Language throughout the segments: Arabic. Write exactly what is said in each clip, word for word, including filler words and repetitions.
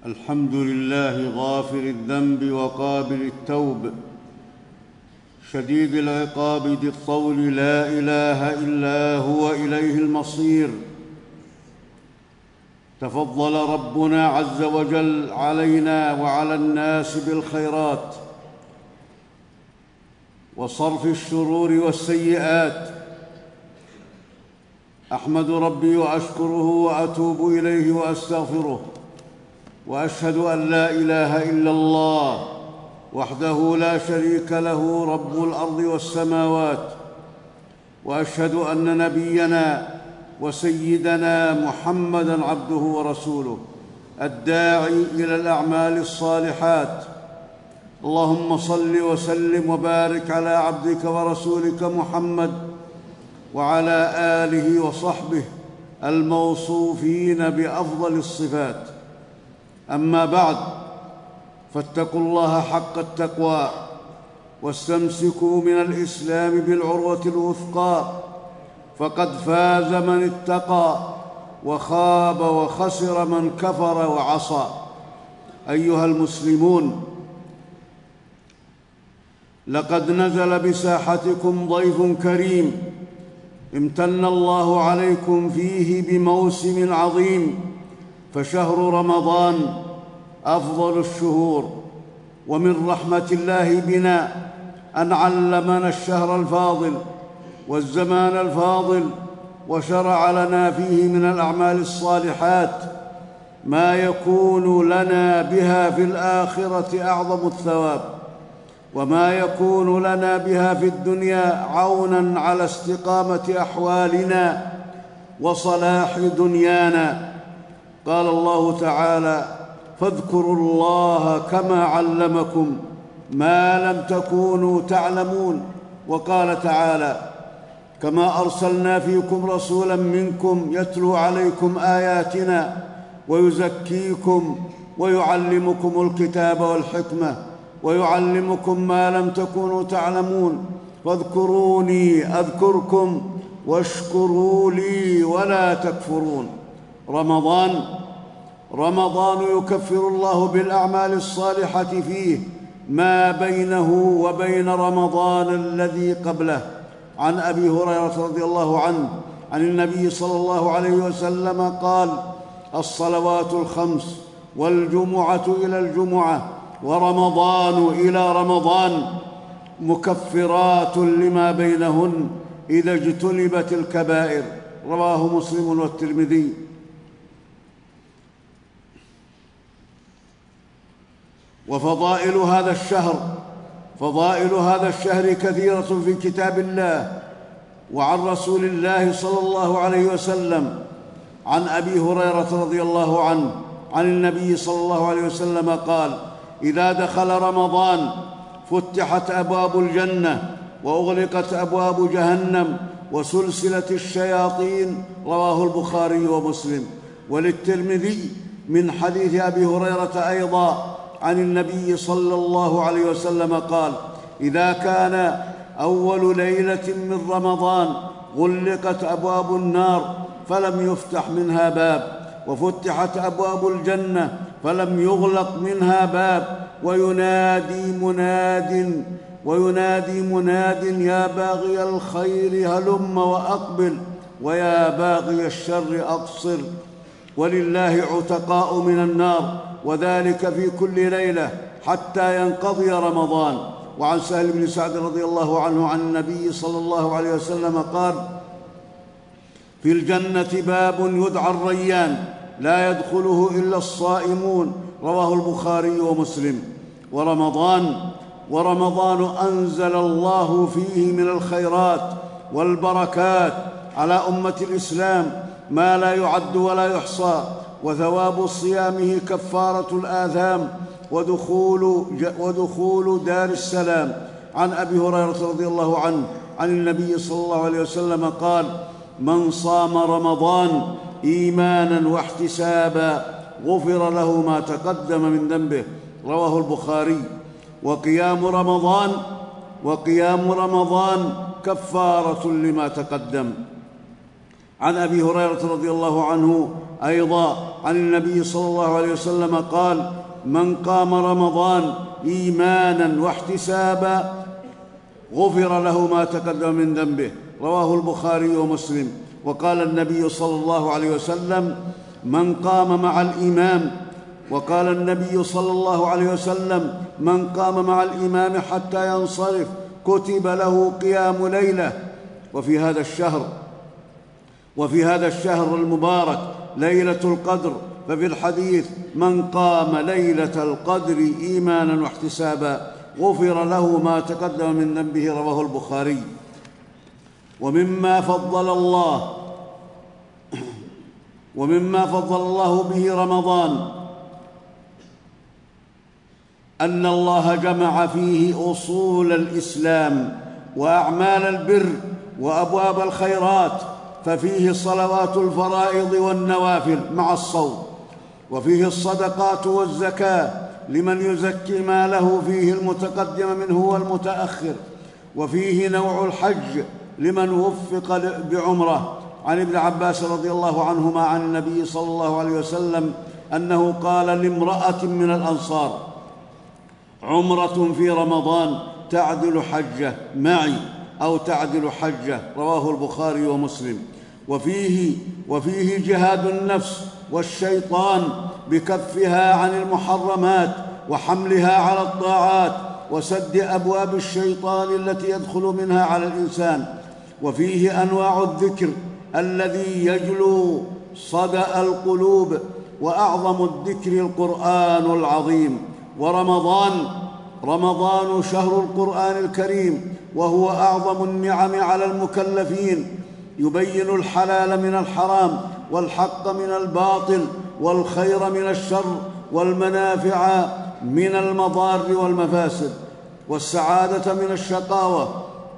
الحمد لله غافر الذنب وقابل التوب شديد العقاب ذي الطول لا إله إلا هو إليه المصير. تفضل ربنا عز وجل علينا وعلى الناس بالخيرات وصرف الشرور والسيئات. أحمد ربي وأشكره وأتوب إليه وأستغفره، وأشهد أن لا إله إلا الله وحده لا شريك له رب الأرض والسماوات، وأشهد أن نبينا وسيدنا محمدًا عبده ورسوله الداعي إلى الأعمال الصالحات. اللهم صل وسلم وبارك على عبدك ورسولك محمد وعلى آله وصحبه الموصوفين بأفضل الصفات. أما بعد، فاتقوا الله حق التقوى واستمسكوا من الإسلام بالعروة الوثقى، فقد فاز من اتقى وخاب وخسر من كفر وعصى. أيها المسلمون، لقد نزل بساحتكم ضيف كريم امتن الله عليكم فيه بموسم عظيم، فشهر رمضان أفضل الشهور، ومن رحمة الله بنا أن علمنا الشهر الفاضل والزمان الفاضل، وشرع لنا فيه من الأعمال الصالحات ما يكون لنا بها في الآخرة أعظم الثواب، وما يكون لنا بها في الدنيا عوناً على استقامة أحوالنا وصلاح دنيانا. قال الله تعالى: فاذكروا الله كما علمكم ما لم تكونوا تعلمون. وقال تعالى: كما أرسلنا فيكم رسولا منكم يتلو عليكم آياتنا ويزكيكم ويعلمكم الكتاب والحكمة ويعلمكم ما لم تكونوا تعلمون، فاذكروني أذكركم واشكروا لي ولا تكفرون. رمضان رمضان يكفر الله بالأعمال الصالحة فيه ما بينه وبين رمضان الذي قبله. عن أبي هريرة رضي الله عنه عن النبي صلى الله عليه وسلم قال: الصلوات الخمس والجمعة إلى الجمعة ورمضان إلى رمضان مكفرات لما بينهن إذا اجتنبت الكبائر. رواه مسلم والترمذي. وفضائل هذا الشهر فضائل هذا الشهر كثيرة في كتاب الله وعن رسول الله صلى الله عليه وسلم. عن أبي هريرة رضي الله عنه عن النبي صلى الله عليه وسلم قال: إذا دخل رمضان فتحت أبواب الجنة وأغلقت أبواب جهنم وسلسلة الشياطين. رواه البخاري ومسلم. وللترمذي من حديث أبي هريرة أيضا عن النبي صلى الله عليه وسلم قال: إذا كان أول ليلة من رمضان غلقت أبواب النار فلم يفتح منها باب، وفتحت أبواب الجنة فلم يغلق منها باب، وينادي مناد وينادي مناد يا باغي الخير هلم وأقبل، ويا باغي الشر أقصر. ولله عتقاء من النار، وذلك في كل ليلة حتى ينقضي رمضان. وعن سهل بن سعد رضي الله عنه عن النبي صلى الله عليه وسلم قال: في الجنة باب يدعى الريان لا يدخله إلا الصائمون. رواه البخاري ومسلم. ورمضان ورمضان أنزل الله فيه من الخيرات والبركات على أمة الإسلام ما لا يعد ولا يحصى، وثواب صيامه كفارة الآثام ودخول, ودخول دار السلام. عن أبي هريرة رضي الله عنه عن النبي صلى الله عليه وسلم قال: من صام رمضان إيمانا واحتسابا غفر له ما تقدم من ذنبه. رواه البخاري. وقيام رمضان وقيام رمضان كفارة لما تقدم. عن أبي هريرة رضي الله عنه أيضا عن النبي صلى الله عليه وسلم قال: من قام رمضان إيمانا واحتسابا غفر له ما تقدم من ذنبه. رواه البخاري ومسلم. وقال النبي صلى الله عليه وسلم: من قام مع الإمام وقال النبي صلى الله عليه وسلم: من قام مع الإمام حتى ينصرف كتب له قيام ليلة. وفي هذا الشهر وفي هذا الشهر المبارك ليلة القدر، ففي الحديث: من قام ليلة القدر إيمانا واحتسابا غفر له ما تقدم من ذنبه. رواه البخاري. ومما فضل الله ومما فضل الله به رمضان أن الله جمع فيه أصول الإسلام وأعمال البر وأبواب الخيرات، ففيه صلوات الفرائض والنوافل مع الصوم، وفيه الصدقات والزكاة لمن يزكي ماله فيه المتقدم منه والمتأخر، وفيه نوع الحج لمن وفق بعمره. عن ابن عباس رضي الله عنهما عن النبي صلى الله عليه وسلم أنه قال لامرأة من الأنصار: عمرة في رمضان تعدل حجة معي أو تعدل حجة. رواه البخاري ومسلم. وفيه, وفيه جهاد النفس والشيطان بكفها عن المحرمات وحملها على الطاعات وسد أبواب الشيطان التي يدخل منها على الإنسان. وفيه أنواع الذكر الذي يجلو صدأ القلوب، وأعظم الذكر القرآن العظيم. ورمضان رمضان شهر القرآن الكريم، وهو أعظم النعم على المكلفين، يبين الحلال من الحرام والحق من الباطل والخير من الشر والمنافع من المضار والمفاسد والسعادة من الشقاوة،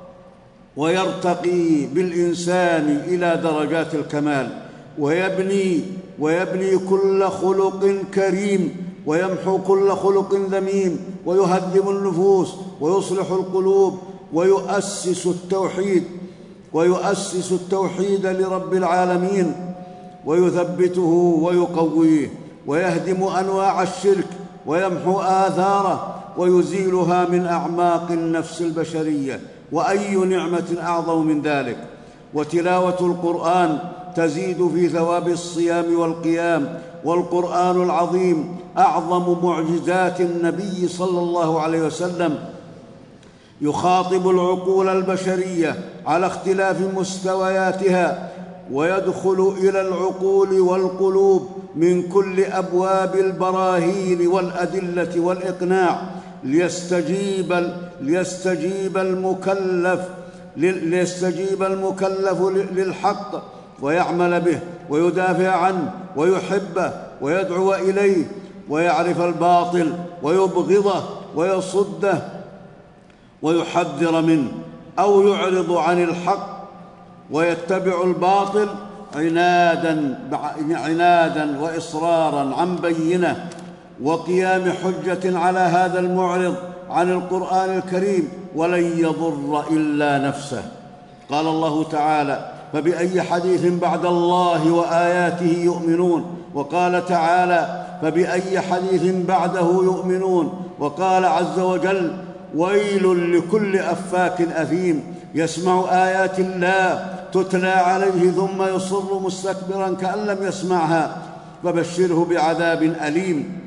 ويرتقي بالإنسان إلى درجات الكمال، ويبني ويبني كل خلق كريم، ويمحو كل خلق ذميم، ويهذب النفوس ويصلح القلوب، ويؤسس التوحيد ويؤسس التوحيد لرب العالمين، ويثبته ويقويه، ويهدم أنواع الشرك ويمحو آثاره ويزيلها من أعماق النفس البشرية. وأي نعمة أعظم من ذلك؟ وتلاوة القرآن تزيد في ثواب الصيام والقيام. والقرآن العظيم أعظم معجزات النبي صلى الله عليه وسلم، يخاطب العقول البشرية على اختلاف مستوياتها، ويدخل إلى العقول والقلوب من كل أبواب البراهين والأدلة والإقناع، ليستجيب ليستجيب المكلف ليستجيب المكلف للحق ويعمل به ويدافع عنه ويحبه ويدعو إليه، ويعرف الباطل ويبغضه ويصده ويحذر منه، أو يعرض عن الحق ويتبع الباطل عنادا عنادا وإصرارا عن بينة وقيام حجة على هذا المعرض عن القرآن الكريم، ولن يضر إلا نفسه. قال الله تعالى: فبأي حديث بعد الله وآياته يؤمنون. وقال تعالى: فبأي حديث بعده يؤمنون. وقال عز وجل: ويل لكل أفاك أثيم يسمع آيات الله تتلى عليه ثم يصر مستكبرا كأن لم يسمعها فبشره بعذاب أليم.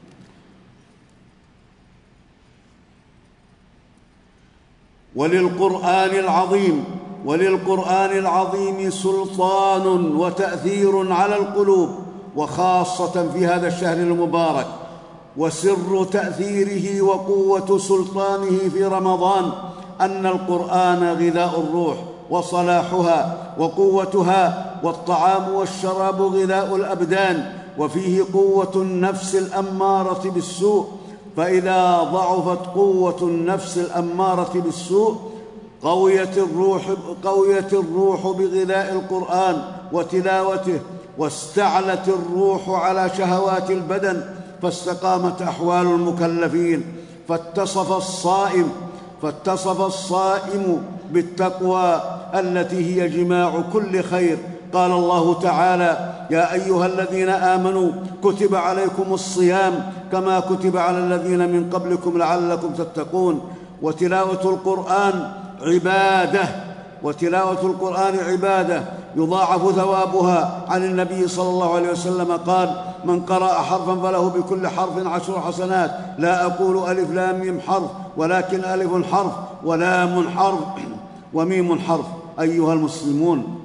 وللقرآن العظيم وللقرآن العظيم سلطان وتأثير على القلوب، وخاصة في هذا الشهر المبارك. وسر تأثيره وقوة سلطانه في رمضان أن القرآن غذاء الروح وصلاحها وقوتها، والطعام والشراب غذاء الأبدان، وفيه قوة النفس الأمارة بالسوء، فإذا ضعفت قوة النفس الأمارة بالسوء قويت الروح, قويت الروح بغذاء القرآن وتلاوته، واستعلت الروح على شهوات البدن، فاستقامت أحوال المكلفين. فاتصف الصائم فاتصف الصائم بالتقوى التي هي جماع كل خير قال الله تعالى: يا أيها الذين آمنوا كتب عليكم الصيام كما كتب على الذين من قبلكم لعلكم تتقون. وتلاوة القرآن عبادة وتلاوة القرآن عبادة يضاعف ثوابها. عن النبي صلى الله عليه وسلم قال: من قرأ حرفا فله بكل حرف عشر حسنات. لا أقول ألف لام ميم حرف، ولكن ألف حرف ولام حرف وميم حرف. أيها المسلمون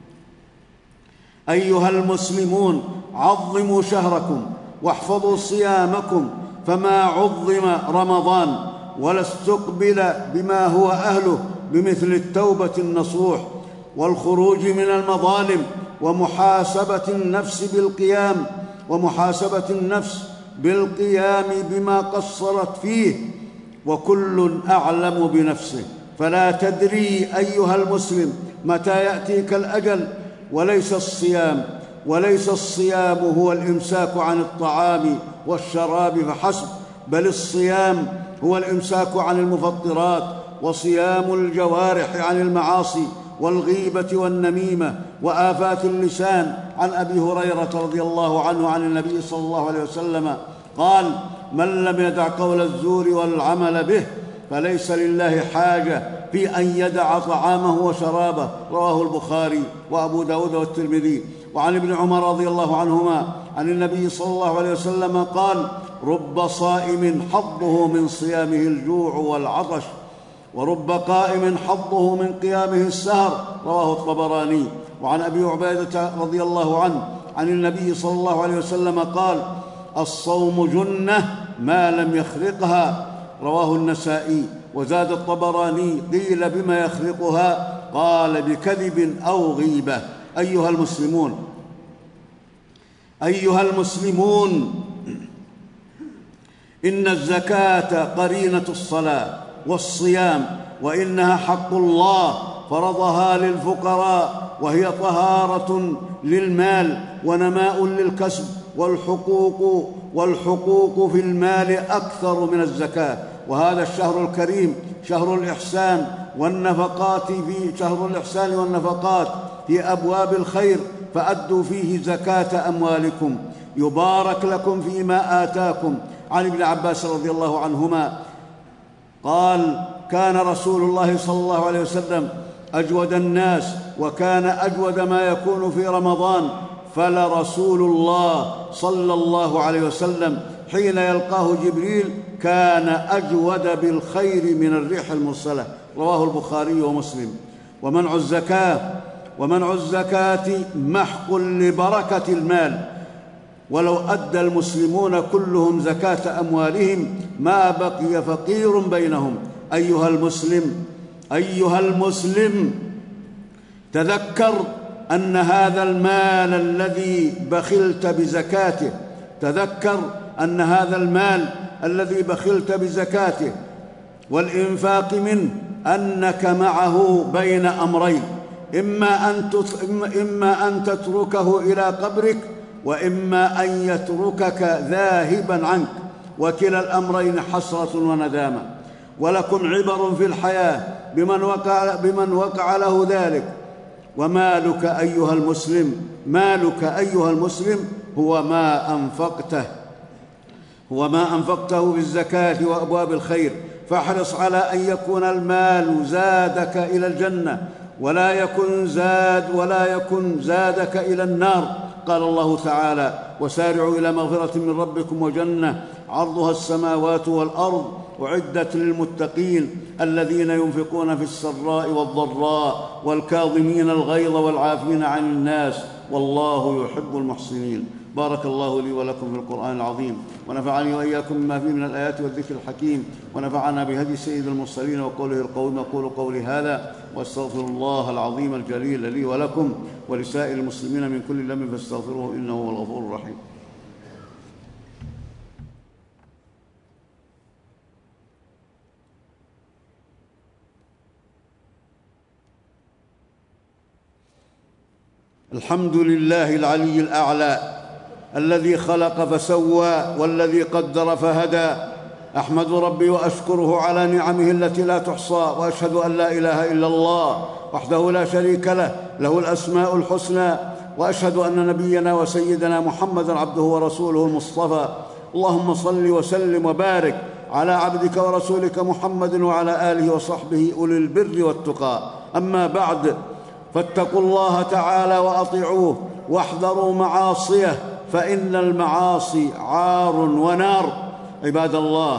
أيها المسلمون عظموا شهركم واحفظوا صيامكم، فما عظم رمضان ولا استقبل بما هو أهله بمثل التوبة النصوح والخروج من المظالم ومحاسبة النفس بالقيام ومحاسبة النفس بالقيام بما قصرت فيه، وكل أعلم بنفسه. فلا تدري أيها المسلم متى يأتيك الأجل. وليس الصيام وليس الصيام هو الإمساك عن الطعام والشراب فحسب، بل الصيام هو الإمساك عن المفطرات، وصيام الجوارح عن المعاصي والغيبة والنميمة وآفات اللسان. عن أبي هريرة رضي الله عنه عن النبي صلى الله عليه وسلم قال: من لم يدع قول الزور والعمل به فليس لله حاجة في أن يدع طعامه وشرابه. رواه البخاري وأبو داود والترمذي. وعن ابن عمر رضي الله عنهما عن النبي صلى الله عليه وسلم قال: رب صائم حظه من صيامه الجوع والعطش، ورب قائم حظه من قيامه السهر. رواه الطبراني. وعن أبي عبيدة رضي الله عنه عن النبي صلى الله عليه وسلم قال: الصوم جنة ما لم يخرقها. رواه النسائي. وزاد الطبراني: قيل بما يخرقها؟ قال: بكذب أو غيبة. أيها المسلمون أيها المسلمون إن الزكاة قرينة الصلاة والصيام، وإنها حق الله فرضها للفقراء، وهي طهارة للمال ونماء للكسب، والحقوق والحقوق في المال أكثر من الزكاة. وهذا الشهر الكريم شهر الإحسان والنفقات في شهر الإحسان والنفقات في أبواب الخير، فأدوا فيه زكاة أموالكم، يبارك لكم فيما آتاكم. عن ابن عباس رضي الله عنهما قال: كان رسول الله صلى الله عليه وسلم أجود الناس، وكان أجود ما يكون في رمضان، فلرسول الله صلى الله عليه وسلم حين يلقاه جبريل كان أجود بالخير من الريح المرسلة. رواه البخاري ومسلم. ومنع الزكاة ومنع الزكاة محق لبركة المال، ولو أدى المسلمون كلهم زكاة أموالهم ما بقي فقير بينهم. أيها المسلم أيها المسلم تذكر أن هذا المال الذي بخلت بزكاته تذكر أن هذا المال الذي بخلت بزكاته والإنفاق منه أنك معه بين أمرين: إما أن إما أن تتركه إلى قبرك، وإما أن يتركك ذاهبا عنك، وكلا الأمرين حسرة وندامة. ولكم عبر في الحياة بمن وقع, بمن وقع له ذلك. ومالك أيها المسلم مالك أيها المسلم هو ما أنفقته هو ما أنفقته في الزكاة وأبواب الخير. فاحرص على أن يكون المال زادك إلى الجنة، ولا يكن زاد ولا يكن زادك إلى النار. قال الله تعالى: وسارعوا إلى مغفرة من ربكم وجنة عرضها السماوات والأرض أعدت للمتقين الذين ينفقون في السراء والضراء والكاظمين الغيظ والعافين عن الناس والله يحب المحسنين. بارك الله لي ولكم في القرآن العظيم، ونفعني وإياكم بما فيه من الآيات والذكر الحكيم، ونفعنا بهدي سيد المرسلين وقوله القويم. أقول قولي هذا وأستغفر الله العظيم الجليل لي ولكم ولسائر المسلمين من كل ذنب فاستغفروه إنه هو الغفور الرحيم. الحمد لله العلي الأعلى الذي خلق فسوى والذي قدر فهدى، أحمد ربي وأشكره على نعمه التي لا تحصى، وأشهد أن لا إله إلا الله وحده لا شريك له، له الأسماء الحسنى، وأشهد أن نبينا وسيدنا محمدًا عبده ورسوله المصطفى. اللهم صل وسلم وبارك على عبدك ورسولك محمد وعلى آله وصحبه أولي البر والتقى. أما بعد، فاتقوا الله تعالى وأطيعوه واحذروا معاصيه، فإن المعاصي عار ونار. عباد الله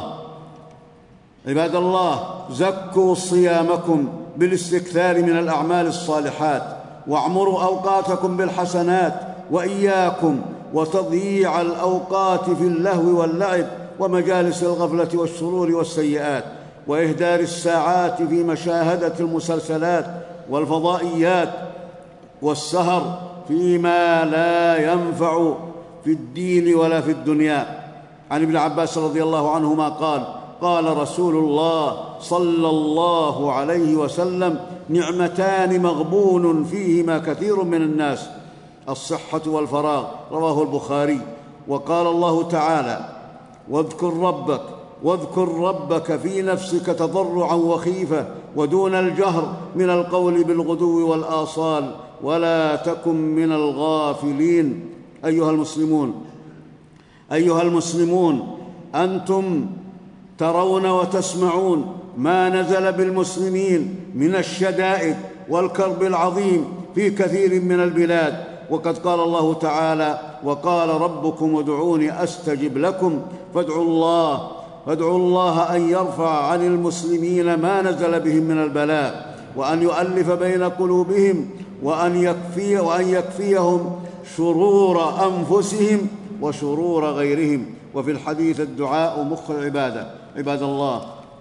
عباد الله زكوا صيامكم بالاستكثار من الأعمال الصالحات، واعمروا أوقاتكم بالحسنات، وإياكم وتضييع الأوقات في اللهو واللعب ومجالس الغفلة والشرور والسيئات، وإهدار الساعات في مشاهدة المسلسلات والفضائيات، والسهر فيما لا ينفع في الدين ولا في الدنيا. عن ابن عباس رضي الله عنهما قال: قال رسول الله صلى الله عليه وسلم: نعمتان مغبون فيهما كثير من الناس، الصحة والفراغ. رواه البخاري. وقال الله تعالى: واذكر ربك واذكر ربك في نفسك تضرعا وخيفة ودون الجهر من القول بالغدو والآصال ولا تكن من الغافلين. أيها المسلمون أيها المسلمون أنتم ترون وتسمعون ما نزل بالمسلمين من الشدائد والكرب العظيم في كثير من البلاد، وقد قال الله تعالى: وقال ربكم ادعوني أستجب لكم. فادعوا الله فادعوا الله أن يرفع عن المسلمين ما نزل بهم من البلاء، وأن يؤلف بين قلوبهم، وأن يكفي وأن يكفيهم شرور أنفسهم وشرور غيرهم. وفي الحديث: الدعاء مخ العبادة. عباد الله،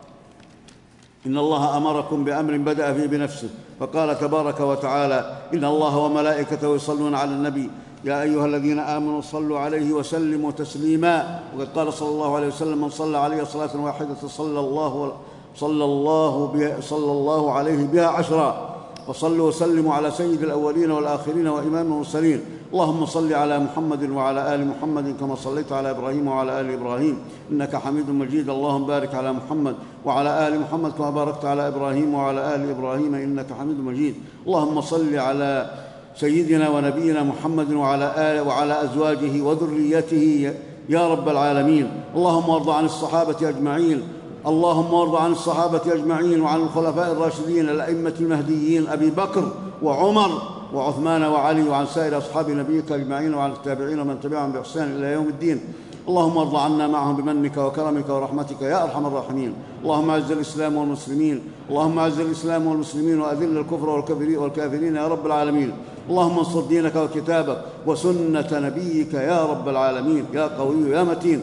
إن الله أمركم بأمر بدأ فيه بنفسه، فقال تبارك وتعالى: إن الله وملائكته يصلون على النبي يا أيها الذين آمنوا صلوا عليه وسلموا تسليما. وقد قال صلى الله عليه وسلم: من صلى عليه صلاة واحدة صلى الله صلى الله بها صلى الله عليه بها عشرا. وصلوا وسلموا على سيد الأولين والآخرين وإمام المرسلين. اللهم صل على محمد وعلى آل محمد كما صليت على إبراهيم وعلى آل إبراهيم إنك حميد مجيد. اللهم بارك على محمد وعلى آل محمد كما باركت على إبراهيم وعلى آل إبراهيم إنك حميد مجيد. اللهم صل على سيدنا ونبينا محمد وعلى آله وعلى أزواجه وذريته يا رب العالمين. اللهم وارض عن الصحابة أجمعين اللهم وارض عن الصحابة أجمعين وعن الخلفاء الراشدين الأئمة المهديين أبي بكر وعمر وعثمان وعلي، وعن سائر أصحاب نبيك أجمعين، وعن التابعين ومن تبعهم بإحسان إلى يوم الدين. اللهم ارض عنا معهم بمنك وكرمك ورحمتك يا أرحم الراحمين. اللهم أعز الإسلام والمسلمين اللهم أعز الإسلام والمسلمين وأذل الكفر والكافرين يا رب العالمين. اللهم انصر دينك وكتابك وسنة نبيك يا رب العالمين يا قوي يا متين.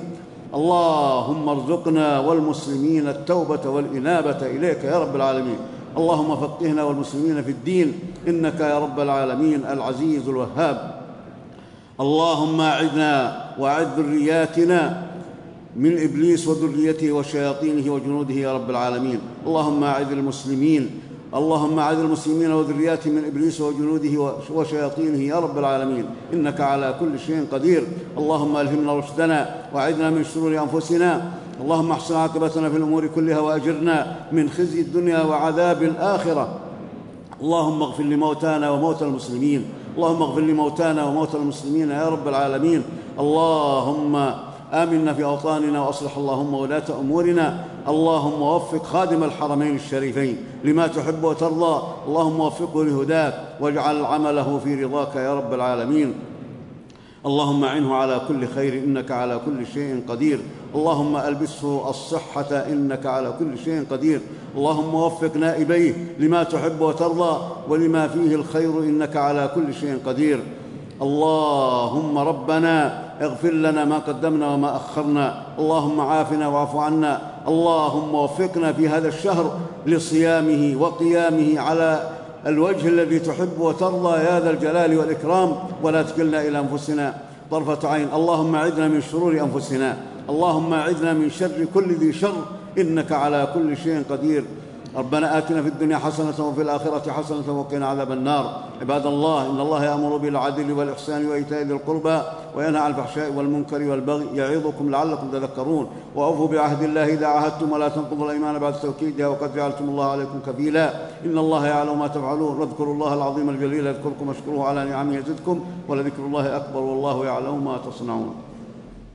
اللهم ارزقنا والمسلمين التوبة والإنابة إليك يا رب العالمين. اللهم فقهنا والمسلمين في الدين إنك يا رب العالمين العزيز الوهاب. اللهم أعذنا وأعذ ذرياتنا من إبليس وذريته وشياطينه وجنوده يا رب العالمين. اللهم أعذ المسلمين اللهم أعذ المسلمين وذرياتهم من إبليس وجنوده وشياطينه يا رب العالمين إنك على كل شيء قدير. اللهم ألهمنا رشدنا وأعذنا من شرور أنفسنا. اللهم احسن عاقبتنا في الأمور كلها وأجرنا من خزي الدنيا وعذاب الآخرة. اللهم اغفر لموتانا وموتى المسلمين اللهم اغفر لموتانا وموتى المسلمين يا رب العالمين. اللهم آمنا في أوطاننا وأصلح اللهم ولاة أمورنا. اللهم وفق خادم الحرمين الشريفين لما تحب وترضى. اللهم وفقه لهداك واجعل عمله في رضاك يا رب العالمين. اللهم أعنه على كل خير إنك على كل شيء قدير. اللهم ألبسه الصحة إنك على كل شيء قدير. اللهم وفق نائبيه لما تحب وترضى ولما فيه الخير إنك على كل شيء قدير. اللهم ربنا اغفر لنا ما قدمنا وما أخرنا. اللهم عافنا واعف عنا. اللهم وفقنا في هذا الشهر لصيامه وقيامه على الوجه الذي تحب وترضى يا ذا الجلال والإكرام، ولا تكلنا إلى أنفسنا طرفة عين. اللهم أعذنا من شرور أنفسنا. اللهم أعذنا من شر كل ذي شر إنك على كل شيء قدير. ربنا آتنا في الدنيا حسنة وفي الآخرة حسنة وقنا عذاب النار. عباد الله، إن الله يأمر بالعدل والإحسان وإيتاء ذي القربى وينهى عن الفحشاء والمنكر والبغي يعظكم لعلكم تذكرون. وأوفوا بعهد الله إذا عاهدتم ولا تنقضوا الأيمان بعد توكيدها وقد جعلتم الله عليكم كفيلا. إن الله يعلم ما تفعلون. واذكروا الله العظيم الجليل يذكركم واشكروه على نعمه يزدكم ولذكر الله أكبر والله يعلم ما تصنعون.